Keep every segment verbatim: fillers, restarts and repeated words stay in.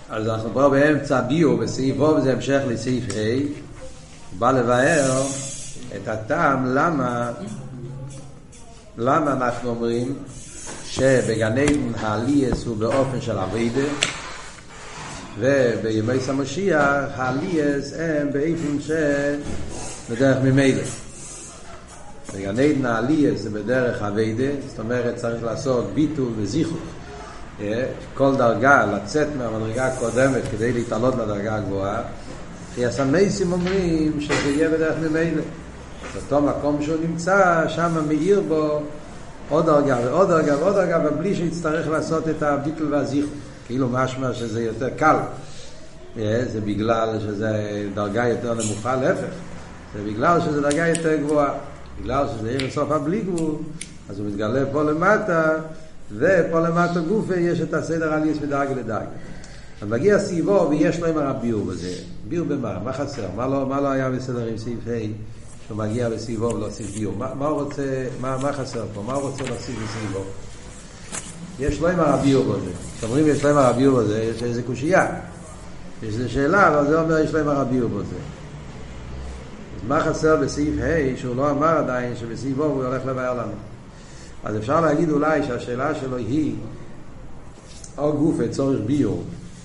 אז אנחנו פה באמצע ביור, בסעיף ו' זה המשך לסעיף ה', בא לבאר את הטעם למה למה אנחנו אומרים שבגן עדן העלייס הוא באופן של עבודה, ובימי המשיח העלייס הם באופן של בדרך ממילא. בגן עדן העלייס זה בדרך עבודה, זאת אומרת צריך לעשות ביטול וזיכוך כל דרגה, לצאת מהמדרגה הקודמת כדי להתעלות לדרגה הגבוהה. כי הסמייסים אומרים שזה יהיה בדרך ממילא, באותו מקום שהוא נמצא שם מאיר בו עוד דרגה ועוד דרגה ועוד דרגה, ובלי שיצטרך לעשות את הביטול והזיכוך, כאילו משמע שזה יותר קל. זה בגלל שזה דרגה יותר נמוכה, להפך, זה בגלל שזה דרגה יותר גבוהה, בגלל שזה יהיה בסוף הבלי גבול, אז הוא מתגלה פה למטה, ופה למטה גופה יש את הסדר עלייס מדרגה לדרגה. אז מגיע סביבו ויש לו עם הביור בזה. ביור במה? מה חסר? מה לא, מה לא היה בסדר עם סעיף ה' שהוא מגיע בסביבו ולהוסיף ביור? מה, מה הוא רוצה, מה, מה חסר פה? מה הוא רוצה להוסיף בסביבו? יש לו עם הביור בזה. כשאומרים יש לו עם הביור בזה, יש איזה קושייה. יש איזו שאלה, אבל זה אומר יש לו עם הביור בזה. אז מה חסר בסעיף ה' שהוא לא אמר עדיין שבסביבו הוא הולך לבאר לנו? אז אפשר להגיד אולי שהשאלה שלו היא או גוף צורך ביור.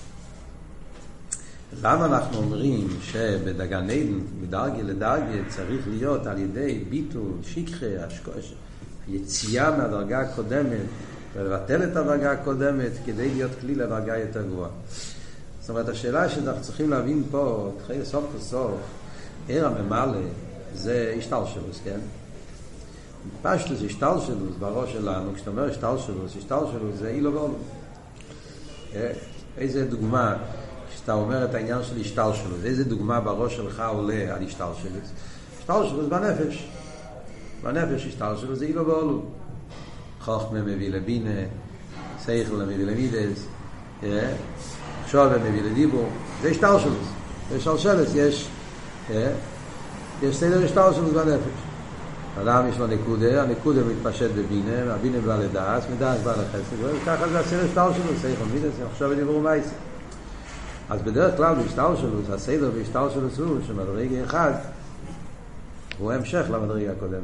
למה אנחנו אומרים שבגן עדן מדרגה לדרגה צריך להיות על ידי ביטול, שכחה, יציאה מהדרגה הקודמת ולבטל את הדרגה הקודמת כדי להיות כלי לדרגה יותר גבוהה? זאת אומרת, השאלה שאנחנו צריכים להבין פה, תחיל סוף כסוף, עיר הממלא זה השתלשלות, כן? פשטוס השתלשלות בראש שלנו, כשאתה אומר השתלשלות, השתלשלות זה אילו ואולו. איזה דוגמה, כשאתה אומר את העניין של השתלשלות, איזה דוגמה בראש שלך עולה על השתלשלות? השתלשלות בנפש. בנפש השתלשלות זה אילו ואולו. חוכמה מביא לבינה, שכל מביא למידס, שווה מביא לדיבור, זה השתלשלות. בשלשלת יש, יש סדר השתלשלות בנפש. אדם יש לו נקודה, הנקודה מתפשט בבינה, הבינה בא לדעת, מדעת בא לחסד, וככה זה הסדר השתלשלות, שכל מידס, מחשב ודיבור ומעשה. אז בדרך כלל בהשתלשלות, הסדר בהשתלשלות הוא שמדרגה אחד הוא המשך למדרגה הקודמת.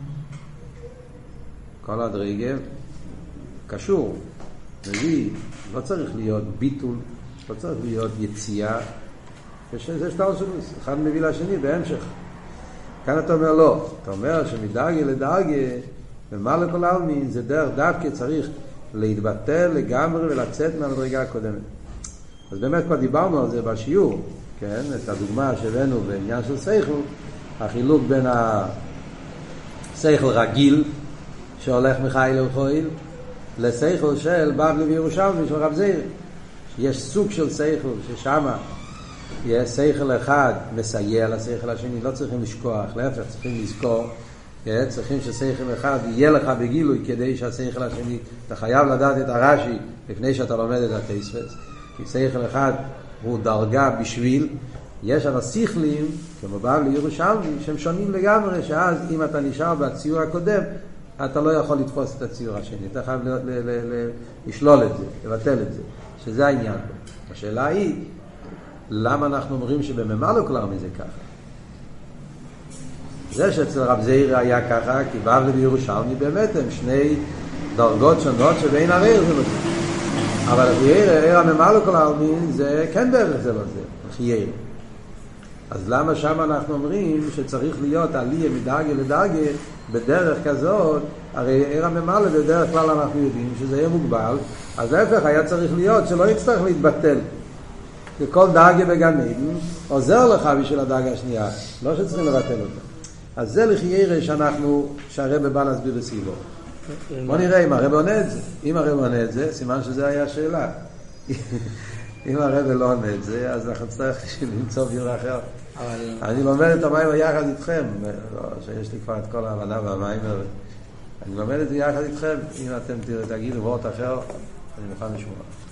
כל הדרגה קשור, מביא, לא צריך להיות ביטול, לא צריך להיות יציאה, זה השתלשלות, אחד מביא לשני בהמשך. כאן אתה אומר לא, אתה אומר שמדרגה לדרגה ומה לכל העלמין זה דרך דווקא צריך להתבטל לגמרי ולצאת מהמדרגה הקודמת. אז באמת כבר דיברנו על זה בשיעור, כן? את הדוגמה שהבאנו בעניין של שכל, החילוק בין השכל רגיל שהולך מחיל אל חיל לשכל של בבלי וירושלמי של רב זירא. יש סוג של שכל ששמה יש שכל אחד מסייע לשכל השני, לא צריכים לשכוח, להפך צריכים לזכור, צריכים ששכל אחד יהיה לך בגילוי כדי שהשכל השני, אתה חייב לדעת את הרש"י לפני שאתה לומד את התוספות, כי שכל אחד הוא דרגה בשביל, יש אבל שכלים כמו בבלי ירושלמי שהם שונים לגמרי, שאז אם אתה נשאר בציור הקודם אתה לא יכול לתפוס את הציור השני, אתה חייב ל- ל- ל- ל- לשלול את זה, לבטל את זה, שזה העניין. השאלה היא למה אנחנו אומרים שבממלא כלל מזה ככה? זה שאצל רב זירא היה ככה, כי בבלי וירושלמי באמת הם שני דרגות שונות שבין הרעיר זה לא זה. אבל עיר הממלא כלל זה כן בערך זה לא זה, חיירה. אז למה שם אנחנו אומרים שצריך להיות עלייה מדרגה לדרגה בדרך כזאת? הרי עיר הממלא בדרך כלל אנחנו יודעים שזה יהיה מוגבל, אז להפך היה צריך להיות שלא יצטרך להתבטל. וכל דרגה בגן עדן עוזר לך בשביל הדרגה השנייה, לא שצריכים לבטל אותה. אז זה לחיירה שאנחנו, שהרבא בא להסביר בסביבו. בוא נראה אם הרבא עונה את זה. אם הרבא עונה את זה, סימן שזה היה השאלה. אם הרבא לא עונה את זה, אז אנחנו צריכים למצוא ביור אחר. אני לומד את המים יחד איתכם, שיש לי כבר את כל ההבנה והמים, אני לומד את זה יחד איתכם. אם אתם תגידו וורט אחר, אני מוכן לשמוע.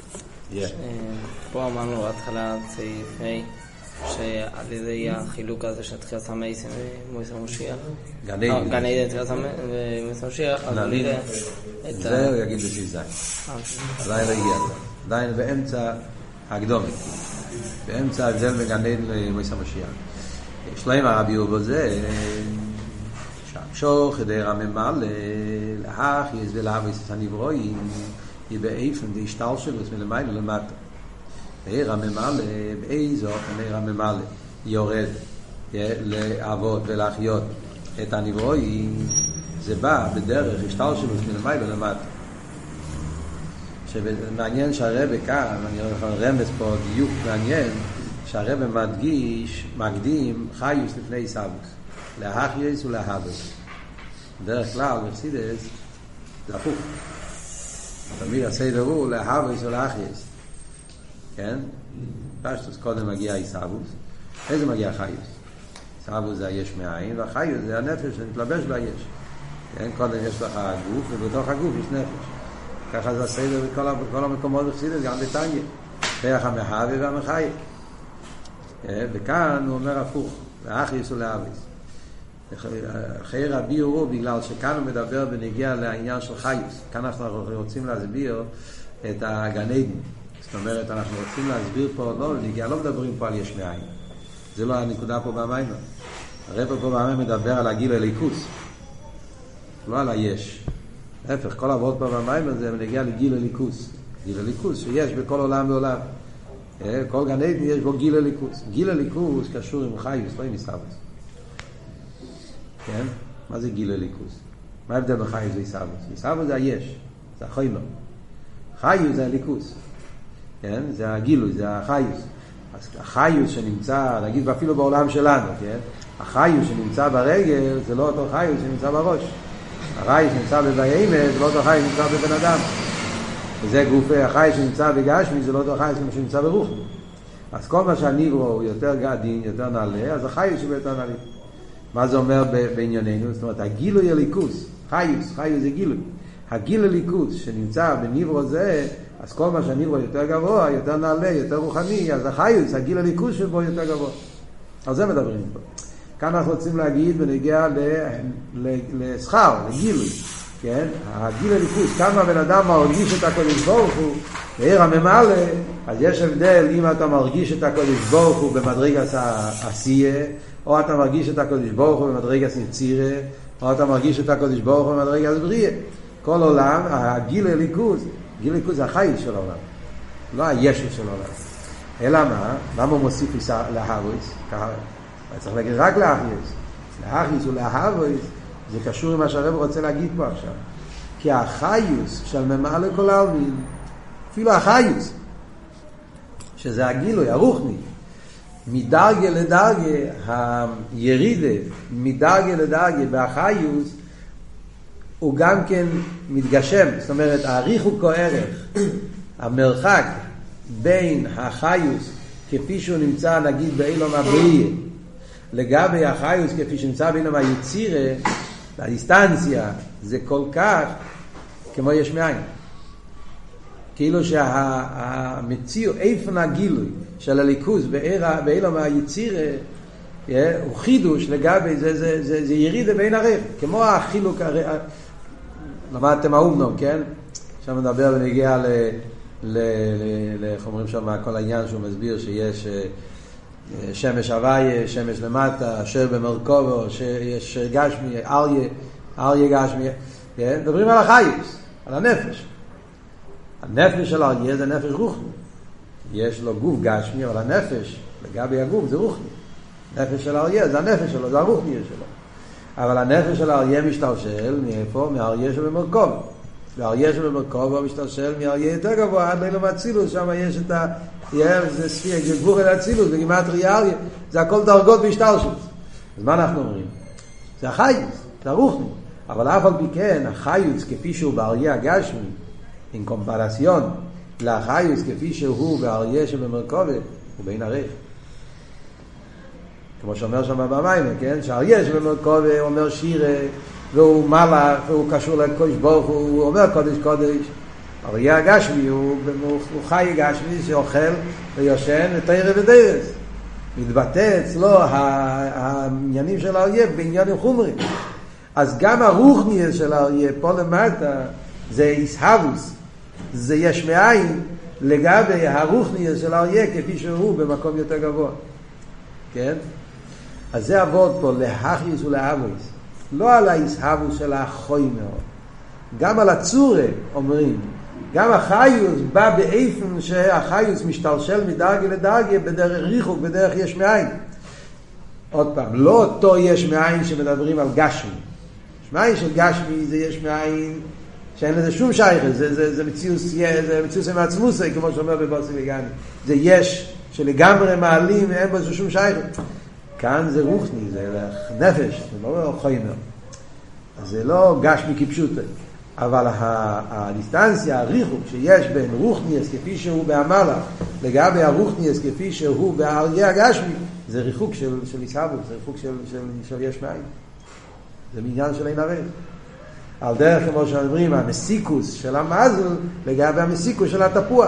פה אמרנו התחלה סעיף ה' שעל ידי החילוק הזה של תחילת המייסים ומויס המשיח גן עדן תחילת ומויס המשיח זה הוא יגיד בסעיף זין עדיין לא הגיע עדיין באמצע הקדומי. באמצע ההבדל בין גן עדן למועצת המשיח. יש להם הרבי יובו זה, שהמשוך דרך הממלא, להכיס ולהביס את הנברואים, היא באיפן דהשתל שלו, מלמעלה למטה. דרך הממלא, באיזו דרך הממלא, יורד לאבות ולהחיות את הנברואים, זה בא בדרך השתל שלו, מלמעלה למטה. שמעניין שהרבא כאן, אני רמז פה דיוק מעניין, שהרבא מדגיש, מקדים חיוס לפני סבוס, להחייס ולהבוס. בדרך כלל, בחסידות, זה הפוך. תמיד הסדר הוא להבוס ולהחייס. כן? פשטוס קודם מגיע סבוס. איזה מגיע חיוס? סבוס זה היש מאין, והחיוס זה הנפש שנתלבש ביש. כן? קודם יש לך הגוף, ובתוך הגוף יש נפש. ככה זה הסדר בכל, בכל המקומות בחסידות, גם בתניא. חיח המחווה והמחייב. וכאן הוא אומר הפוך, להחייס ולהבוס. חייר הביאו הוא בגלל שכאן הוא מדבר ונגיע לעניין של חיוס. כאן אנחנו רוצים להסביר את הגן עדן. זאת אומרת, אנחנו רוצים להסביר פה, לא, נגיע, לא מדברים פה על יש מאין. זה לא הנקודה פה במים. הרב פה במים מדבר על הגיל הליכוס, לא על היש. להפך, כל עבוד פה במים הזה נגיע לגיל הליכוס. גיל הליכוס שיש בכל עולם ועולם. כל גן עדן יש בו גיל הליכוס. גיל הליכוס קשור עם חיוס, לא עם מסתבס. כן? מה זה גיל הליכוס? מה ההבדל בין חיוס ויסבוס? ויסבוס זה היש, זה החומר. חיוס זה הליכוס. כן? זה הגילוי, זה החיוס. אז החיוס שנמצא, נגיד אפילו בעולם שלנו, כן? החיוס שנמצא ברגל זה לא אותו חיוס שנמצא בראש. החיוס שנמצא בבהמה זה לא אותו חיוס שנמצא בבן אדם. וזה גופי, החיוס שנמצא בגשמי זה לא אותו חיוס שנמצא ברוח. אז כל מה שהנברא הוא יותר גדין, יותר נעלה, אז החיוס הוא יותר נעלה. מה זה אומר בענייננו? זאת אומרת, הגילוי הליכוס, חיוס, חיוס זה גילוי. הגיל הליכוס שנמצא בנברא זה, אז כל מה שהנברא יותר גבוה, יותר נעלה, יותר רוחני, אז החיוס, הגיל הליכוס שבו יותר גבוה. על זה מדברים פה. כאן אנחנו רוצים להגיד בנגיע לשכר, לגילוי. כן? הגיל הליכוס, כמה בן אדם מרגיש את הקודש ברוך הוא, בעיר הממלא, אז יש הבדל אם אתה מרגיש את הקודש ברוך הוא במדרגת העשייה, או אתה מרגיש את הקודש ברוך הוא במדרגת יצירה, או אתה מרגיש את הקודש ברוך הוא במדרגת בריאה. כל עולם, הגיל הליכוס, גיל הליכוס זה החיים של העולם, לא הישו של העולם. אלא מה? למה הוא מוסיף להחייס? ככה, צריך להגיד רק להחייס. להחייס ולהחייס, זה קשור עם מה שהרב רוצה להגיד פה עכשיו. כי החייס של ממלא כל העלמין, אפילו החייס, שזה הגילוי, הרוחני, מדרגה לדרגה, הירידה, מדרגה לדרגה, בהחייס, הוא גם כן מתגשם. זאת אומרת, הריחוק או ערך, המרחק בין החיוס כפי שהוא נמצא נגיד באילום הבריאה לגבי החיוס כפי שנמצא באילום היצירה, הדיסטנציה זה כל כך כמו יש מאין. כאילו שהמציאו איפן הגילוי של הליכוז באילום היצירה הוא חידוש לגבי זה, זה, זה, זה ירידה בין הרב, כמו החילוק הרב. למדתם האומנום, כן? שם מדבר ונגיע ל... ל... איך אומרים שם כל העניין שהוא מסביר שיש שמש הוויה, שמש למטה, אשר במרכובו, שיש גשמי, אריה, אריה גשמי, כן? מדברים על החייס, על הנפש. הנפש של אריה זה נפש רוחני. יש לו גוף גשמי, אבל הנפש, לגבי הגוף, זה רוחני. נפש של אריה, זה הנפש שלו, זה הרוחני שלו. אבל הנפש של האריה משתלשל מאיפה? מהאריה שבמרכוב. והאריה שבמרכוב משתלשל מהאריה יותר גבוה, עד לאילום האצילוס, שם יש את ה... זה ספיק, זה גבור אל האצילוס, בגימטריה אריה, זה הכל דרגות בהשתלשלות. אז מה אנחנו אומרים? זה החייס, זה הרוחני. אבל אף על פי כן, החייס כפי שהוא באריה הגשמי, עם קומפרסיון, לחייס כפי שהוא באריה שבמרכוב, הוא בין הרייך. כמו שאומר שם במים, כן? שהאריה שבמרכוב אומר שיר, והוא מלאך, והוא קשור לקודש ברוך הוא, הוא אומר קודש קודש. אריה הגשמי הוא, הוא, הוא חי גשמי שאוכל ויושן ותאיר ודרס. מתבטא אצלו העניינים של האריה בעניינים חומרים. אז גם הרוחני של האריה פה למטה זה איסהבוס, זה יש מאין, לגבי הרוחניות של האריה כפי שהוא במקום יותר גבוה. כן? אז זה עבוד פה להחיוס ולאבויס. לא על ההסהבוס של החוימר. גם על הצורה אומרים. גם החיוס בא באיפן שהחיוס משתלשל מדרגה לדרגה בדרך ריחוק, בדרך יש מאין. עוד פעם, לא אותו יש מאין שמדברים על גשמי. יש מאין של גשמי זה יש מאין שאין לזה שום שייכת. זה, זה, זה מציאוס, זה מציאוס מעצמוס, כמו שאומר בבוסי לגני. זה יש שלגמרי מעלים ואין בו שום שייכת. כאן זה רוחני, זה נפש, זה לא חיימר. אז זה לא גשמי כפשוטה. אבל הדיסטנציה, הריחוק שיש בין רוחניאס כפי שהוא בהמלך לגבי הרוחניאס כפי שהוא באריה הגשמי, זה ריחוק של, של ישהבו, זה ריחוק של, של, של יש מאין. זה מעניין של אין ערב. על דרך כמו שאומרים, המסיקוס של המזל לגבי המסיקוס של התפוח.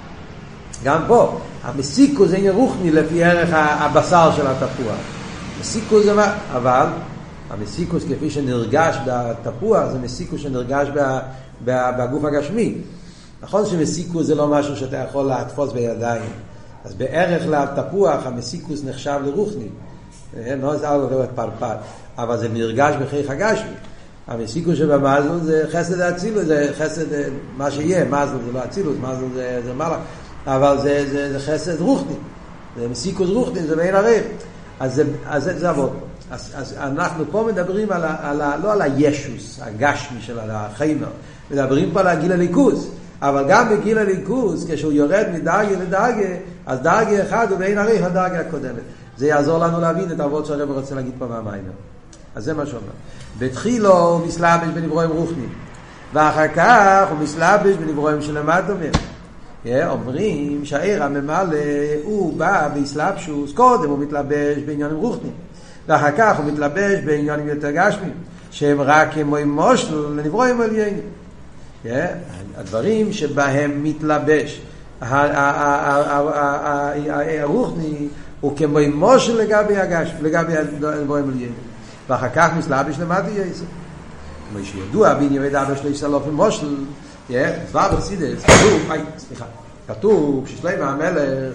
גם פה, המסיקוס זה רוחני לפי ערך הבשר של התפוח. מסיקוס זה מה? אבל המסיקוס כפי שנרגש בתפוח זה מסיקוס שנרגש בגוף הגשמי. נכון שמסיקוס זה לא משהו שאתה יכול להתפוס בידיים. אז בערך לתפוח המסיקוס נחשב לרוחני. לא זה עלו את פרפת. אבל זה נרגש בחיך הגשמי. המסיקוס שבמזל זה חסד האצילוס, זה חסד מה שיהיה. מזל זה לא אצילוס, מזל זה, זה מלך. אבל זה, זה, זה חסד רוחני. זה מסיקוס רוחני, זה בין הרב. אז זה, אז זה, זה עבוד. אז, אז אנחנו פה מדברים על ה, על ה, לא על הישוס, הגשמי של החיימר, מדברים פה על הגיל הליכוס, אבל גם בגיל הליכוס, כשהוא יורד מדרגה לדרגה, אז דרגה אחד הוא בין הרי הדרגה הקודמת. זה יעזור לנו להבין את העבוד שהרב רוצה להגיד פה מהמיימר. אז זה מה שאומר. בתחילו הוא מסלבש בנברואים רוחני, ואחר כך הוא מסלבש בנברואים שלמטה מהם. אומרים שהעיר הממלא הוא בא בהסלבשוס, קודם הוא מתלבש בעניינים רוחני. ואחר כך הוא מתלבש בעניינים יותר גשמיים, שהם רק כמו עם מושל לנברואים עליינים. הדברים שבהם מתלבש הרוחני הוא כמו עם מושל לגבי הגשמיים, לגבי הנברואים עליינים. ואחר כך מסלבש למטה יסר. כמו שידוע, בין ימי דאבר שלי סלוף עם מושל, דבר בסידס, כתוב, סליחה, כתוב ששלמה המלך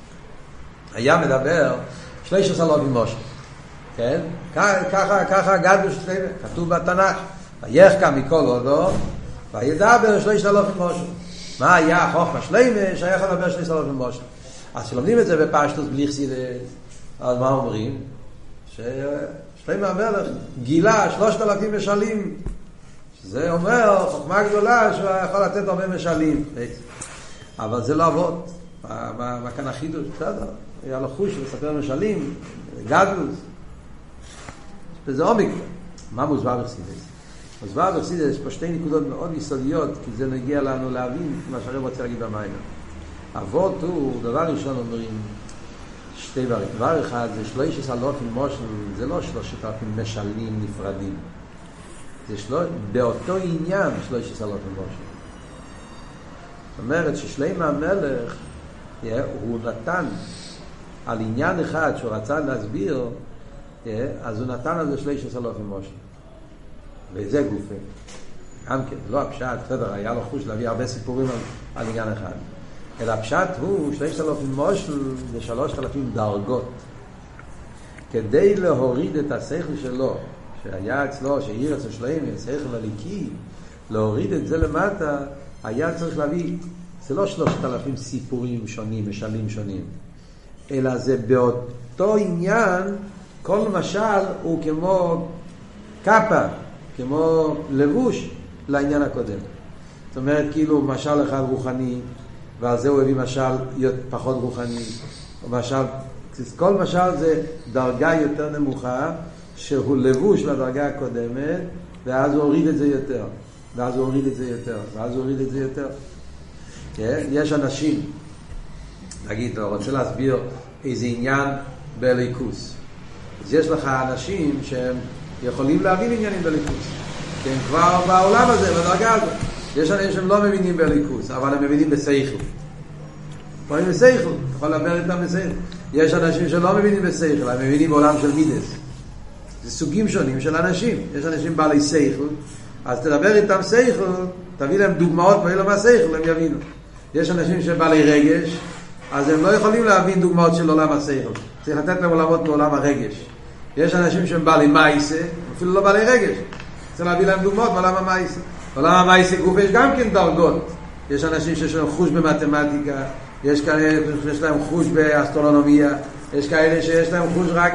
היה מדבר שליש סלוף עם מושל. כן? ככה, ככה גדלו ששלמה, כתוב בתנ"ך, ויחכה מכל הודו, וידבר שליש סלוף עם מושל. מה היה חוכמה שלמה שהיה יכול לדבר שליש סלוף עם מושל? אז שלומדים את זה בפשטוס בלי חסידות, אז מה אומרים? ששלמה המלך גילה שלושת אלפים משלים, שזה אומר חוכמה גדולה שהוא יכול לתת הרבה משלים. אבל זה לא עבוד. מה, מה, מה כאן החידוש? בסדר. היה לו חוש לספר משלים, גדלוס. וזה עומק. מה מוסבר בחסידות? מוסבר בחסידות יש פה שתי נקודות מאוד יסודיות, כי זה נגיע לנו להבין מה שהרב רוצה להגיד במיימר. עבוד הוא, דבר ראשון אומרים, שתי דברים. דבר אחד זה שלושת אלפים מושל, זה לא שלושת אלפים משלים נפרדים. זה שלוש, באותו עניין שלושת אלפים מושל. זאת אומרת ששלמה המלך, הוא נתן על עניין אחד שהוא רצה להסביר, אז הוא נתן על זה שלושת אלפים מושל. וזה גופה. גם כן, לא הפשט, בסדר, היה לו חוש להביא הרבה סיפורים על, על עניין אחד. אלא הפשט הוא, שלושת אלפים מושל זה שלושת אלפים דרגות. כדי להוריד את השכל שלו, שהיה אצלו, שהעיר אצל שלמה, שכל הליקי, להוריד את זה למטה, היה צריך להביא, זה לא שלושת אלפים סיפורים שונים, משלים שונים, אלא זה באותו עניין, כל משל הוא כמו קפה, כמו לבוש לעניין הקודם. זאת אומרת, כאילו משל אחד רוחני, ועל זה הוא הביא משל פחות רוחני, או משל, כל משל זה דרגה יותר נמוכה, שהוא לבוש לדרגה הקודמת, ואז הוא הוריד את זה יותר, ואז הוא הוריד את זה יותר, ואז הוא הוריד את זה יותר. יש אנשים, נגיד, אני רוצה להסביר איזה עניין בליכוס. אז יש לך אנשים שהם יכולים להבין עניינים בליכוס, כי הם כבר בעולם הזה, בדרגה הזאת. יש אנשים שהם לא מבינים בליכוס, אבל הם מבינים בסייכל. מבינים בסייכל, אתה יכול לדבר איתם בסייכל. יש אנשים שלא מבינים בסייכל, הם מבינים בעולם של מידס. זה סוגים שונים של אנשים. יש אנשים בעלי סייכל, אז תדבר איתם סייכל, תביא להם דוגמאות ואילו מה סייכל, הם יבינו. יש אנשים שבעלי רגש, אז הם לא יכולים להבין דוגמאות של עולם השכל. צריך לתת להם עולמות בעולם הרגש. יש אנשים שהם בעלי מייסה, אפילו לא בעלי רגש. צריך להביא להם דוגמאות בעולם המייסה. בעולם המייסה גוף יש גם כן דרגות. יש אנשים שיש להם חוש במתמטיקה, יש כאלה שיש להם חוש באסטרונומיה, יש כאלה שיש להם חוש רק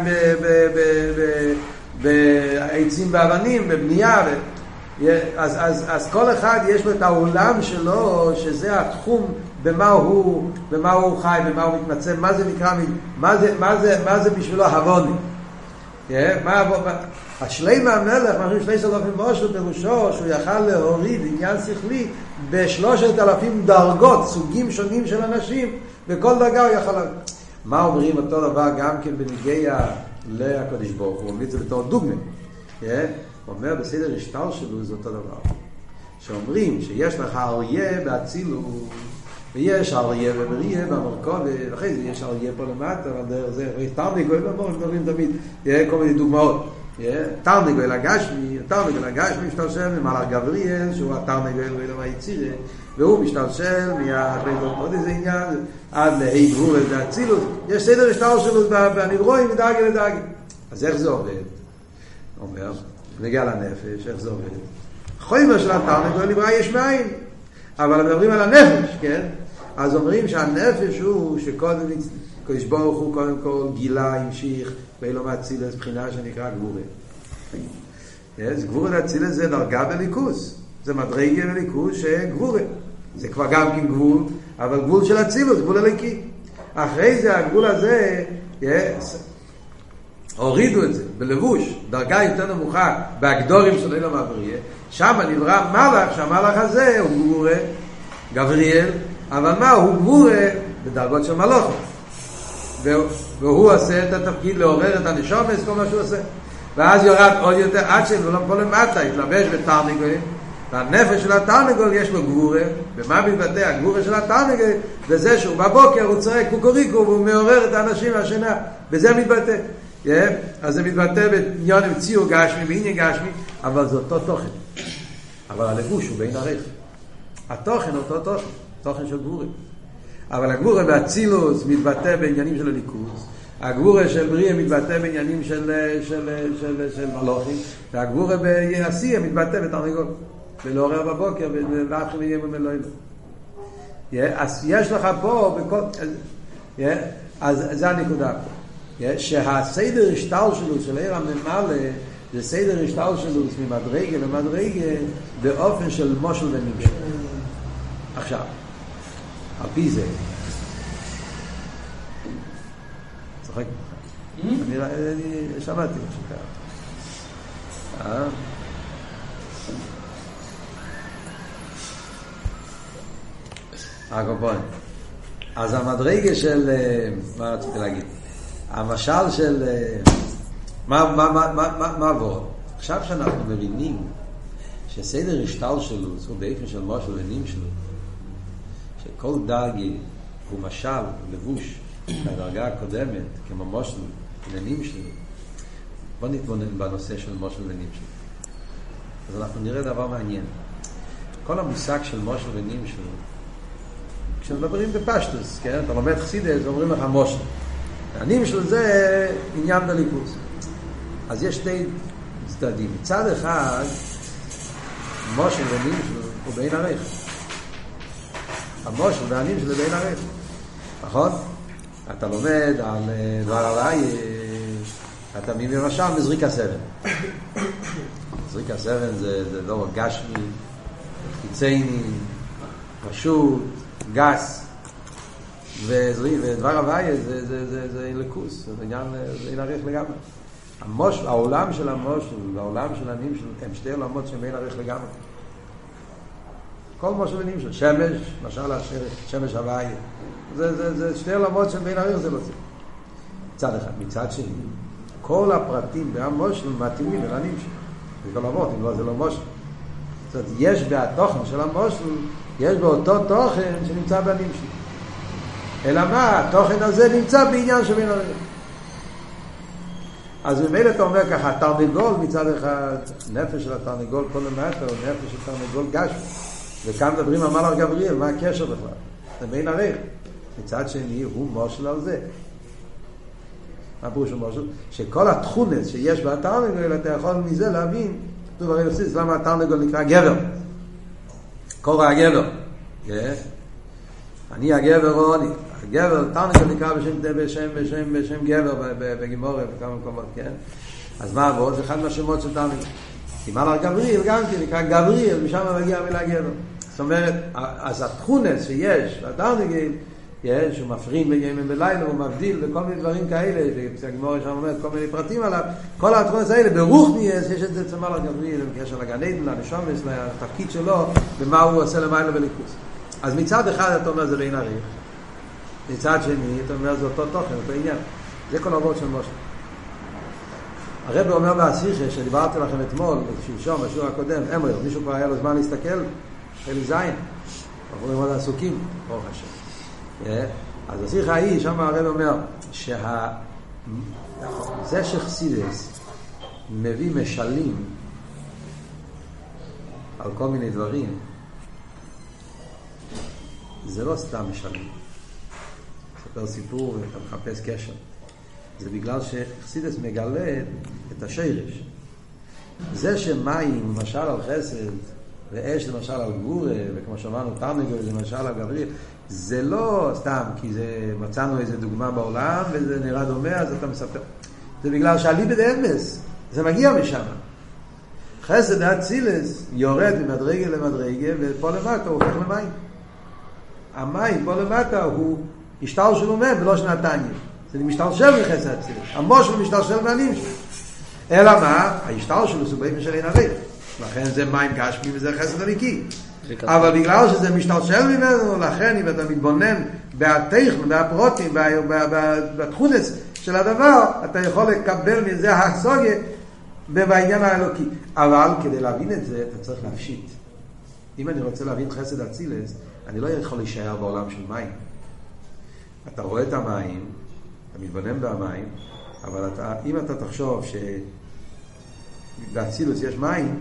בעצים באבנים, בבנייה. אז, אז, אז כל אחד יש לו את העולם שלו, שזה התחום במה הוא, במה הוא חי, במה הוא מתמצא, מה זה נקרא, מה זה, מה זה, מה זה בשבילו הבוני. מה, השלם המלך, מה ששלי סלופים מושל פירושו, שהוא יכל להוריד עניין שכלי בשלושת אלפים דרגות, סוגים שונים של אנשים, וכל דרגה הוא יכל... מה אומרים אותו דבר גם כן בניגיה לקדוש ברוך הוא? הוא אומר את זה בתור דוגמה. הוא אומר בסדר השטר שלו זה אותו דבר. שאומרים שיש לך אריה באצילוס, ויש אריה ובריה במרכוב, ואחרי זה יש אריה פה למטה, אבל זה תרנגול, לא מדברים תמיד, כל מיני דוגמאות. תרנגול הגשמי, תרנגול הגשמי משתלשל ממלאך גבריאל, שהוא התרנגול ואילו מהיצירה, והוא משתלשל מהבית עוד איזה עניין, עד להי גבור את האצילוס. יש סדר השטר שלו בנברואים מדרגה לדרגה. אז איך זה עובד? אומר, נגיע לנפש, איך זה עובד? חומר של התרנגול נברא יש מאין, אבל מדברים על הנפש, כן? אז אומרים שהנפש הוא שקודם קדוש ברוך הוא קודם כל גילה, המשיך, ואילו מאצילס בחינה שנקרא גבורה. אז גבורה לאצילס זה דרגה בליכוס, זה מדרגה בליכוס שגבורה. זה כבר גם כן גבול, אבל גבול של אצילוס, גבול הליקי. אחרי זה הגבול הזה, הורידו את זה בלבוש, דרגה יותר נמוכה, בהגדורים של אילו מהבריא, שם נברא מלאך, שהמלאך הזה הוא גבורה, גבריאל, אבל מה? הוא גבורה בדרגות של מלאכות. והוא עושה את התפקיד לעורר את הנשומס, כל מה שהוא עושה. ואז יורד עוד יותר עד שלא פה למטה, התלבש בתרנגולים, והנפש של התרנגול יש לו גבורה. ומה מתבטא? הגבורה של התרנגול זה שהוא בבוקר הוא צועק קוקוריקו והוא מעורר את האנשים מהשינה, וזה מתבטא. Yeah, אז זה מתבטא בעניין ציור גשמי, בעניין גשמי, אבל זה אותו תוכן. אבל הלבוש הוא בין ערך. התוכן הוא אותו תוכן, תוכן של גבורה. אבל הגבורה באצילוס מתבטא בעניינים של הליכוז, הגבורה של בריא מתבטא בעניינים של, של, של, של מלוכים, והגבורה בעשייה מתבטא בתרנגול, ולעורר בבוקר ולאחר יהיה ממלואים. Yeah, אז יש לך פה, בכל, yeah, אז זה הנקודה פה. שהסדר השטל שלו של עיר הממלא זה סדר השטל שלו ממדרגה למדרגה באופן של מושל ונמשל. עכשיו על פי זה צוחק אני שמעתי משהו ככה הקופון אז המדרגה של מה רציתי להגיד המשל של מה מה מה מה מה עבור עכשיו שאנחנו מבינים שסדר השטל שלו הוא באופן של משל ונמשל, שכל דרגה הוא משל לבוש לדרגה הקודמת כמו משל ונמשל. בוא נתבונן בנושא של משל ונמשל. אז אנחנו נראה דבר מעניין. כל המושג של משל ונמשל, כשמדברים בפשטוס, כן? אתה לומד חסידות אומרים לך משל, הנמשל זה עניין בליכוז. אז יש שתי צדדים. מצד אחד מושל ונמשל הוא בין ערך. המושל והנמשל זה בין ערך, נכון? אתה לומד על דבר הוואי, אתה מביא למשל מזריק הסבן. מזריק הסבן זה, זה לא גשמי, חיצייני, פשוט, גס, ודבר הוואי זה, זה, זה, זה לקוס, זה עניין, זה עניין ערך לגמרי. המושל, העולם של המושל והעולם של הנמשל הם שתי עולמות שהם בין ערך לגמרי. כל מושל ונמשל, שמש, משל שמש הוואי, זה, זה, זה שתי עולמות שהם בין ערך, זה לא זה. מצד אחד, מצד שני, כל הפרטים בהמושל מתאימים אל הנמשל. זה כל עולמות, אם לא, זה לא מושל. זאת אומרת, יש בהתוכן של המושל, יש באותו תוכן שנמצא בנמשל. אלא מה? התוכן הזה נמצא בעניין שבין ערך. אז במילא אתה אומר ככה, תרנגול מצד אחד, נפש של התרנגול כל למטה, או נפש של תרנגול גשמי. וכאן מדברים על מלאך גבריאל, מה הקשר בכלל? זה בין הריח. מצד שני הוא מושל על זה. מה פירוש של מושל? שכל התכונס שיש בתרנגול, אתה יכול מזה להבין, כתוב הרי יוסיס, למה התרנגול נקרא גבר? קורא הגבר. אני הגבר או אני. הגבר, תרנגול נקרא בשם, בשם, בשם, בשם גבר בגימורה, בכמה מקומות, כן? אז מה עבוד? זה אחד מהשמות של תרנגול. סימן על גבריאל גם כן, נקרא גבריאל, משם מגיע המילה גבר. זאת אומרת, אז התכונס שיש בתרנגול, יש, הוא מפרים בימים בלילה, הוא מבדיל וכל מיני דברים כאלה, והגמורה שם אומרת כל מיני פרטים עליו, כל התכונס האלה, ברוך נהיה, יש את זה צמל על גבריאל, בקשר לגן עדן, לנשומס, לתפקיד שלו, ומה הוא עושה למילה בליכוס. אז מצד אחד אתה אומר זה בין הריח, מצד שני אתה אומר זה אותו תוכן, אותו עניין. זה כל העבוד של משה. הרב אומר בהשיחה שדיברתי לכם אתמול, שלשום, בשיעור הקודם, אמר, מישהו כבר היה לו זמן להסתכל, חלק זין, אנחנו מאוד עסוקים, ברוך השם. אז השיחה היא, שם הרב אומר, שה... זה שחסידס מביא משלים על כל מיני דברים, זה לא סתם משלים. ספר סיפור ואתה מחפש קשר. זה בגלל שחסידס מגלה את השרש. זה שמים, למשל על חסד, ואש למשל על גבורה, וכמו שאמרנו, תרנגול זה למשל על גבריאל, זה לא סתם, כי זה, מצאנו איזה דוגמה בעולם, וזה נראה דומה, אז אתה מספר. זה בגלל שהליבד אמס, זה מגיע משם. חסד האצילס יורד ממדרגה למדרגה, ופה למטה הוא הופך למים. המים פה למטה הוא השתל שלו מהם, ולא שנתיים. זה משתלשל מחסד האצילס. המושל משתלשל מהנים שלו. אלא מה? ההשתל שלו זה באופן של אין הריח. לכן זה מים גשמי וזה חסד אליקי. אבל בגלל שזה משתלשל ממנו, לכן אם אתה מתבונן בהטכן, בהפרוטים, בתכונס של הדבר, אתה יכול לקבל מזה הסוגיה בעניין האלוקי. אבל כדי להבין את זה, אתה צריך להפשיט. אם אני רוצה להבין חסד אצילס, אני לא יכול להישאר בעולם של מים. אתה רואה את המים, אתה מתבונן במים, אבל אתה, אם אתה תחשוב שבאצילוס יש מים,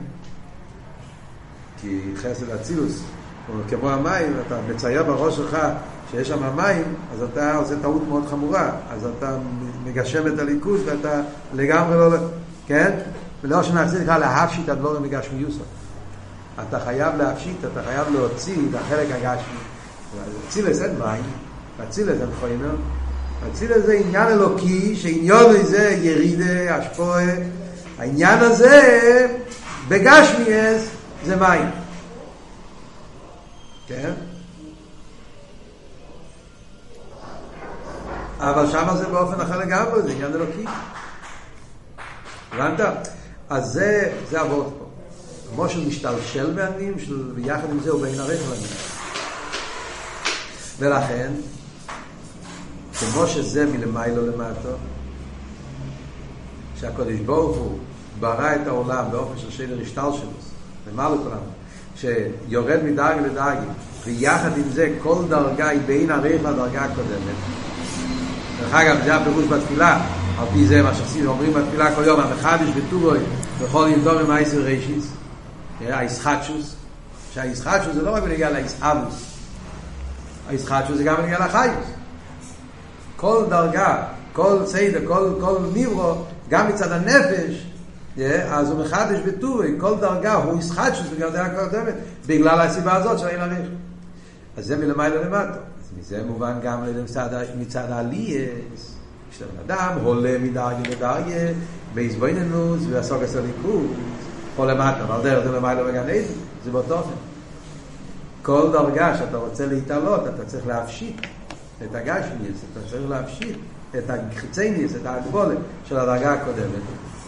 כי חסד אצילוס, כמו המים, אתה מצייר בראש שלך שיש שם מים, אז אתה עושה טעות מאוד חמורה, אז אתה מגשם את הליכוז ואתה לגמרי לא, כן? ולא שנחזיר לך להפשיט הדבורים מגשמיוסו. אתה חייב להפשיט, אתה חייב להוציא את החלק הגשמי. אצילס אין מים, אצילס אין חומר, אצילס זה עניין אלוקי, שעניין הזה ירידה, השפועה, העניין הזה בגשמיאס זה מים. כן? אבל שם זה באופן אחר לגמרי, זה עניין אלוקי. הבנת? אז זה, זה עבוד פה. כמו שהוא משתלשל בענים, ויחד עם זה הוא בין הריח לענים. ולכן, כמו שזה מלמיילו למטו, שהקודש ברוך הוא ברא את העולם באופן של שדר השתלשלוס, למעלה כולם, שיורד מדרגה לדרגה, ויחד עם זה כל דרגה היא בין הריח לדרגה הקודמת. דרך אגב, זה הפירוש בתפילה, על פי זה מה שחסידים אומרים בתפילה כל יום, המחדש וטובוי, וכל ימדור עם העשר רישיס, הישחטשוס, שהישחטשוס זה לא רק בנגיע לישאבוס, הישחטשוס זה גם בנגיע לחייס. כל דרגה, כל סדר, כל, כל ניברו, גם מצד הנפש, אז הוא מחדש בטובוי, כל דרגה הוא ישחטשוס בגלל דעה קודמת, בגלל הסיבה הזאת של אין הריח. אז זה מלמעלה למטה. זה מובן גם מצד, מצד העלייס, כשאתה אדם עולה מדרגה לדרגה, בהזבויננוס והסוג הסוליקות, פה למטה, אבל דרך זה למעלה בגן עדן, זה באותו אופן. כל דרגה שאתה רוצה להתעלות, אתה צריך להפשיט את הגשמיאס, אתה צריך להפשיט את החיצייניאס, את ההגבולת של הדרגה הקודמת,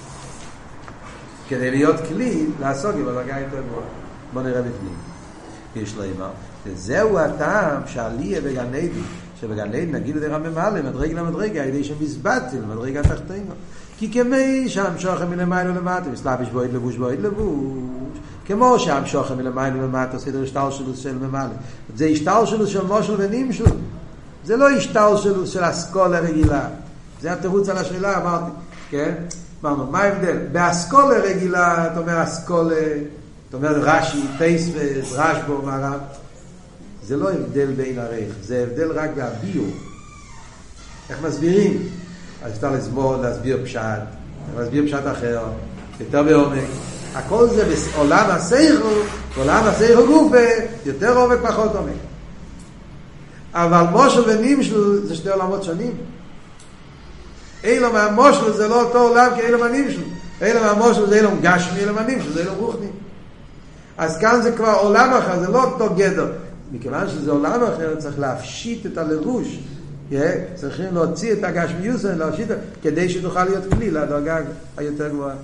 כדי להיות כלי לעסוק בדרגה יותר גבוהה. בוא נראה בפנים. יש לו אמר, וזהו הטעם שעליה בגן עדן, שבגן עדן נגיד את הרממלא, מדרגה למדרגה, הידי שמזבטל, מדרגה תחתינו. כי כמי שהמשוכם מלמיילו למטה, מסלבש בו עד לבוש בו עד לבוש, כמו שהמשוכם מלמיילו למטה, סדר השתלשלות של ממלא. זה השתלשלות של מושל ונמשל. זה לא השתלשלות של אסכולה רגילה. זה התירוץ על השאלה, אמרתי. כן? אמרנו, מה ההבדל? באסכולה רגילה, אתה אומר אסכולה, אתה אומר רש"י, טייסבס, רשב"א, מערב. זה לא הבדל בין הרייך, זה הבדל רק בהביור. איך מסבירים? אז אפשר לסבור, להסביר פשט, להסביר פשט אחר, יותר בעומק. הכל זה בעולם הסייכו, בעולם הסייכו גופה, יותר עומק פחות עומק. אבל מושל ונמשל זה שתי עולמות שונים. אילום המושל זה לא אותו עולם כאילום הנמשל. אילום המושל זה אילום גשמי, אילום הנמשל זה אילום רוחני. אז כאן זה כבר עולם אחר, זה לא אותו גדר. מכיוון שזה עולם אחר, צריך להפשיט את הלבוש. צריכים להוציא את הגשמיוס, להפשיט, כדי שתוכל להיות כלי לדרגה היותר גבוהה.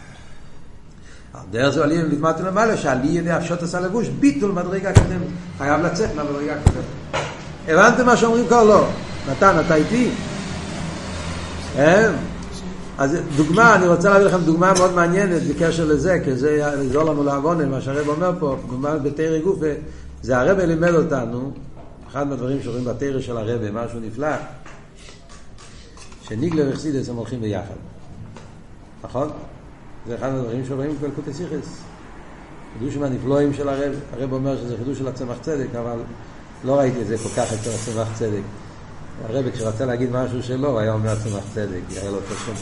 דרך זה עליהם לתמדתי למעלה, שעלי ידי הפשוט עשה לבוש, ביטול מדרגה קודמת. חייב לצאת מהמדרגה קודמת. הבנתם מה שאומרים כבר? לא. נתן, אתה איתי? אז דוגמה, אני רוצה להביא לכם דוגמה מאוד מעניינת בקשר לזה, כי זה יעזור לנו לעוון, מה שהרב אומר פה, דוגמה בתורה גופה, זה הרב לימד אותנו, אחד מהדברים שרואים בתורה של הרב, משהו נפלא, שניגלה וחסידס הם הולכים ביחד. נכון? זה אחד מהדברים שרואים בליקוטי סיכס. חידוש מהנפלאים של הרב, הרב אומר שזה חידוש של הצמח צדק, אבל לא ראיתי את זה כל כך אצל הצמח צדק. הרב כשרצה להגיד משהו שלו, היה אומר צמח צדק, היה לו את השם.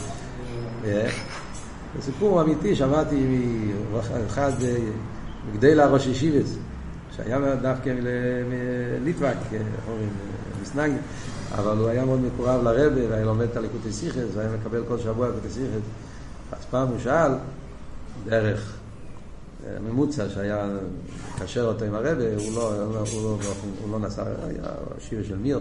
זה סיפור אמיתי, שמעתי מאחד מגדל הראש ישיבץ, שהיה דווקא מליטווק, מסנג, אבל הוא היה מאוד מקורב לרב, והיה לומד את הליקוטי סיכס, והיה מקבל כל שבוע ליקוטי סיכס. אז פעם הוא שאל, דרך ממוצע שהיה קשר אותו עם הרב, הוא לא, הוא לא, הוא לא נסע, היה שיבה של מיר,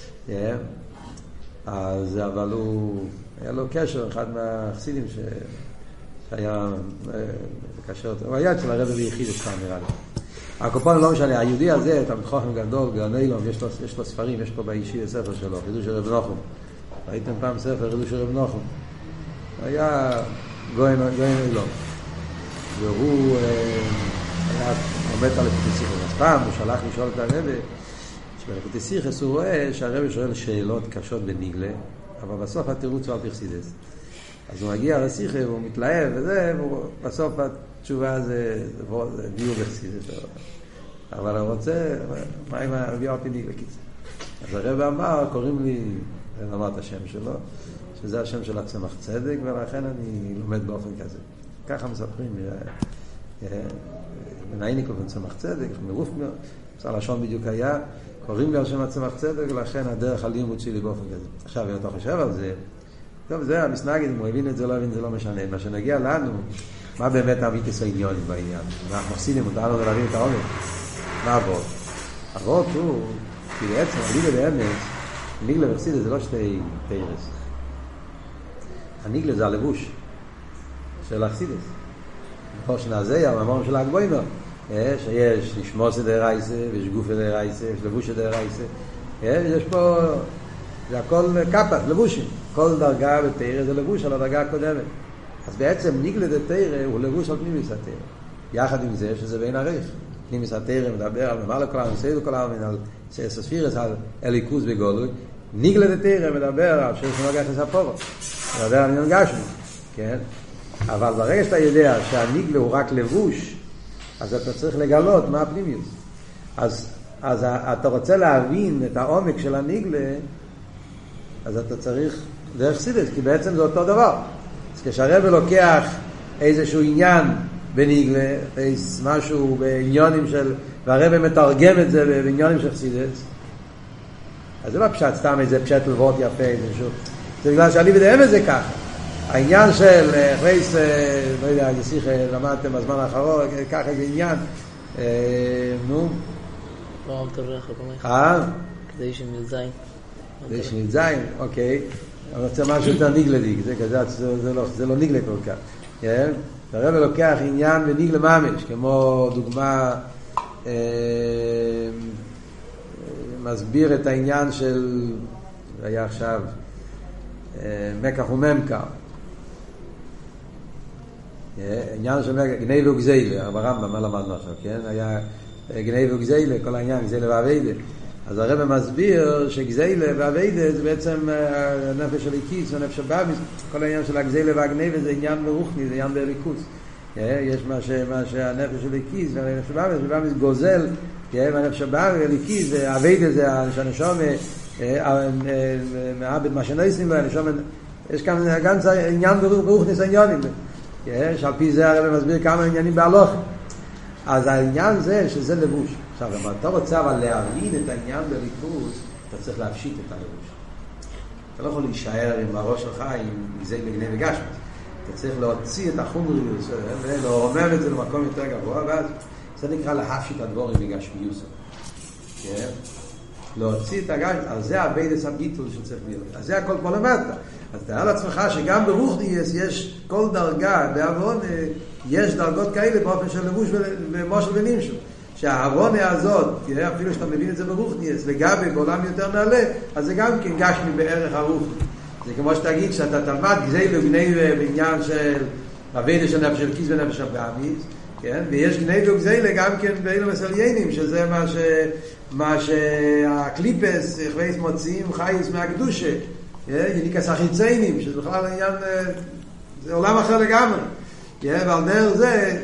אז אבל הוא, היה לו קשר, אחד מהחסידים ש, שהיה קשר אותו, הוא היה אצל הרב ביחיד אצלם נראה לי. הקופון לא משנה, היהודי הזה, תלמיד חכם גדול, גאון אילון, יש לו, יש לו ספרים, יש פה באישי ספר שלו, חידוש של רב נחום. ראיתם פעם ספר חידוש של רב נחום? היה גאון אילון. והוא היה עומד על לקוטי סיכס. אז פעם הוא שלח לשאול את הרב, שבלקוטי סיכס הוא רואה שהרב שואל שאלות קשות בניגלה, אבל בסוף התירוץ הוא על פרסידס. אז הוא מגיע לשיחה והוא מתלהב וזה, ובסוף התשובה זה דיור בפרסידס. אבל הוא רוצה, מה אם הביאו אותי ניגלה קיצר? אז הרב אמר, קוראים לי, אני אמר את השם שלו, שזה השם של הצמח צדק, ולכן אני לומד באופן כזה. ככה מספרים, מנעיני כל צמח צדק, מרוף, בסדר לשון בדיוק היה, קוראים לי על שם הצמח צדק, ולכן הדרך הלימוד שלי באופן כזה. עכשיו, אם אתה חושב על זה, טוב, זה המסנגד, אם הוא הבין את זה, לא הבין, זה לא משנה. מה שנגיע לנו, מה באמת המיתוס העניונים בעניין? מה אנחנו עושים, מותר לנו להבין את העומק? מה עבוד? עבוד הוא, כי בעצם, הניגלה באמת, הניגלה וחסידס זה לא שתי תירס. הניגלה זה הלבוש של החסידס. בכל שנה זה, המאמרים של הגבוינו, שיש נשמוס דרייסה, ויש גוף דרייסה, יש לבוש דרייסה. יש פה, זה הכל קפת, לבושים. כל דרגה בתירה זה לבוש על הדרגה הקודמת. אז בעצם ניגלה דתירה הוא לבוש על פנימיס התירה. יחד עם זה שזה בין עריך. פנימיס התירה מדבר על ממעלה כל העם, סיידו כל העם, על ספירס, על אליקוס בגולוי. ניגלה דתירה מדבר על שיש נוגע חספורו. מדבר על עניין גשמי. כן? אבל ברגע שאתה יודע שהניגלה הוא רק לבוש, אז אתה צריך לגלות מה הפנימיוס. אז, אז אתה רוצה להבין את העומק של הניגלה, אז אתה צריך דרך חסידס, כי בעצם זה אותו דבר. אז כשהרב לוקח איזשהו עניין בניגלה, משהו בעניונים של, והרב מתרגם את זה בעניונים של חסידס, אז זה לא פשט סתם איזה פשט לבואות יפה, איזשהו. זה בגלל שאני בדהם את זה ככה. העניין של חייס, לא יודע, איזה שיח למדתם בזמן האחרון, ככה איזה עניין, נו. לא, אל תרח, לא אה? כדי שנלזיין. כדי שנלזיין, אוקיי. אני רוצה משהו יותר ניגלדיק, זה לא ניגלה כל כך. הרב לוקח עניין וניגלה ממש, כמו דוגמה, מסביר את העניין של, היה עכשיו, מקח וממקר. עניין של מקח, גנאי וגזילה, ברמב"ם, מה למדנו עכשיו, כן? היה גנאי וגזילה, כל העניין, גזילה ועבדה. אז הרב מסביר שגזילה ועבדה זה בעצם הנפש של הליקיס, הנפש של באביס, כל העניין של הגזילה והגנאי זה עניין מרוחני, זה עניין בהליכוס. יש מה שהנפש של הליקיס והנפש של באביס, ובאביס גוזל והנפש הבא וליקי זה עבד זה שהנשום מעבד מה שנעשים והנשום יש כאן גם עניין ברוך ניסיונים שעל פי זה הרב מסביר כמה עניינים בהלוך. אז העניין זה שזה לבוש. עכשיו אם אתה רוצה אבל להבין את העניין בליכוז אתה צריך להפשיט את הלבוש. אתה לא יכול להישאר עם הראש שלך עם גזי בגני וגשמות. אתה צריך להוציא את החומריות ולרומם את זה למקום יותר גבוה ואז זה נקרא להפשיט הדבורים בגשמיוס. כן? להוציא את הגש, אז זה הביידס הביטול שצריך להיות. אז זה הכל פה למטה. אז תראה לעצמך שגם ברוך דיאס יש כל דרגה, בעוון יש דרגות כאלה באופן של לבוש ומושל ונמשל. שהעוונה הזאת, אפילו שאתה מבין את זה ברוך דיאס, לגבי בעולם יותר נעלה, אז זה גם כן גשמי בערך הרוח. זה כמו שתגיד שאתה תלמד גזי לבני בעניין של הביידס של נפש של כיס ונפש של בעמיס, כן? ויש גני וגזילה גם כן באילו מסליינים, שזה מה ש... מה שהקליפס, חווייס מוציאים חייס מהקדושה, יניקס החיציינים, שזה בכלל העניין, זה עולם אחר לגמרי. ועל דרך זה,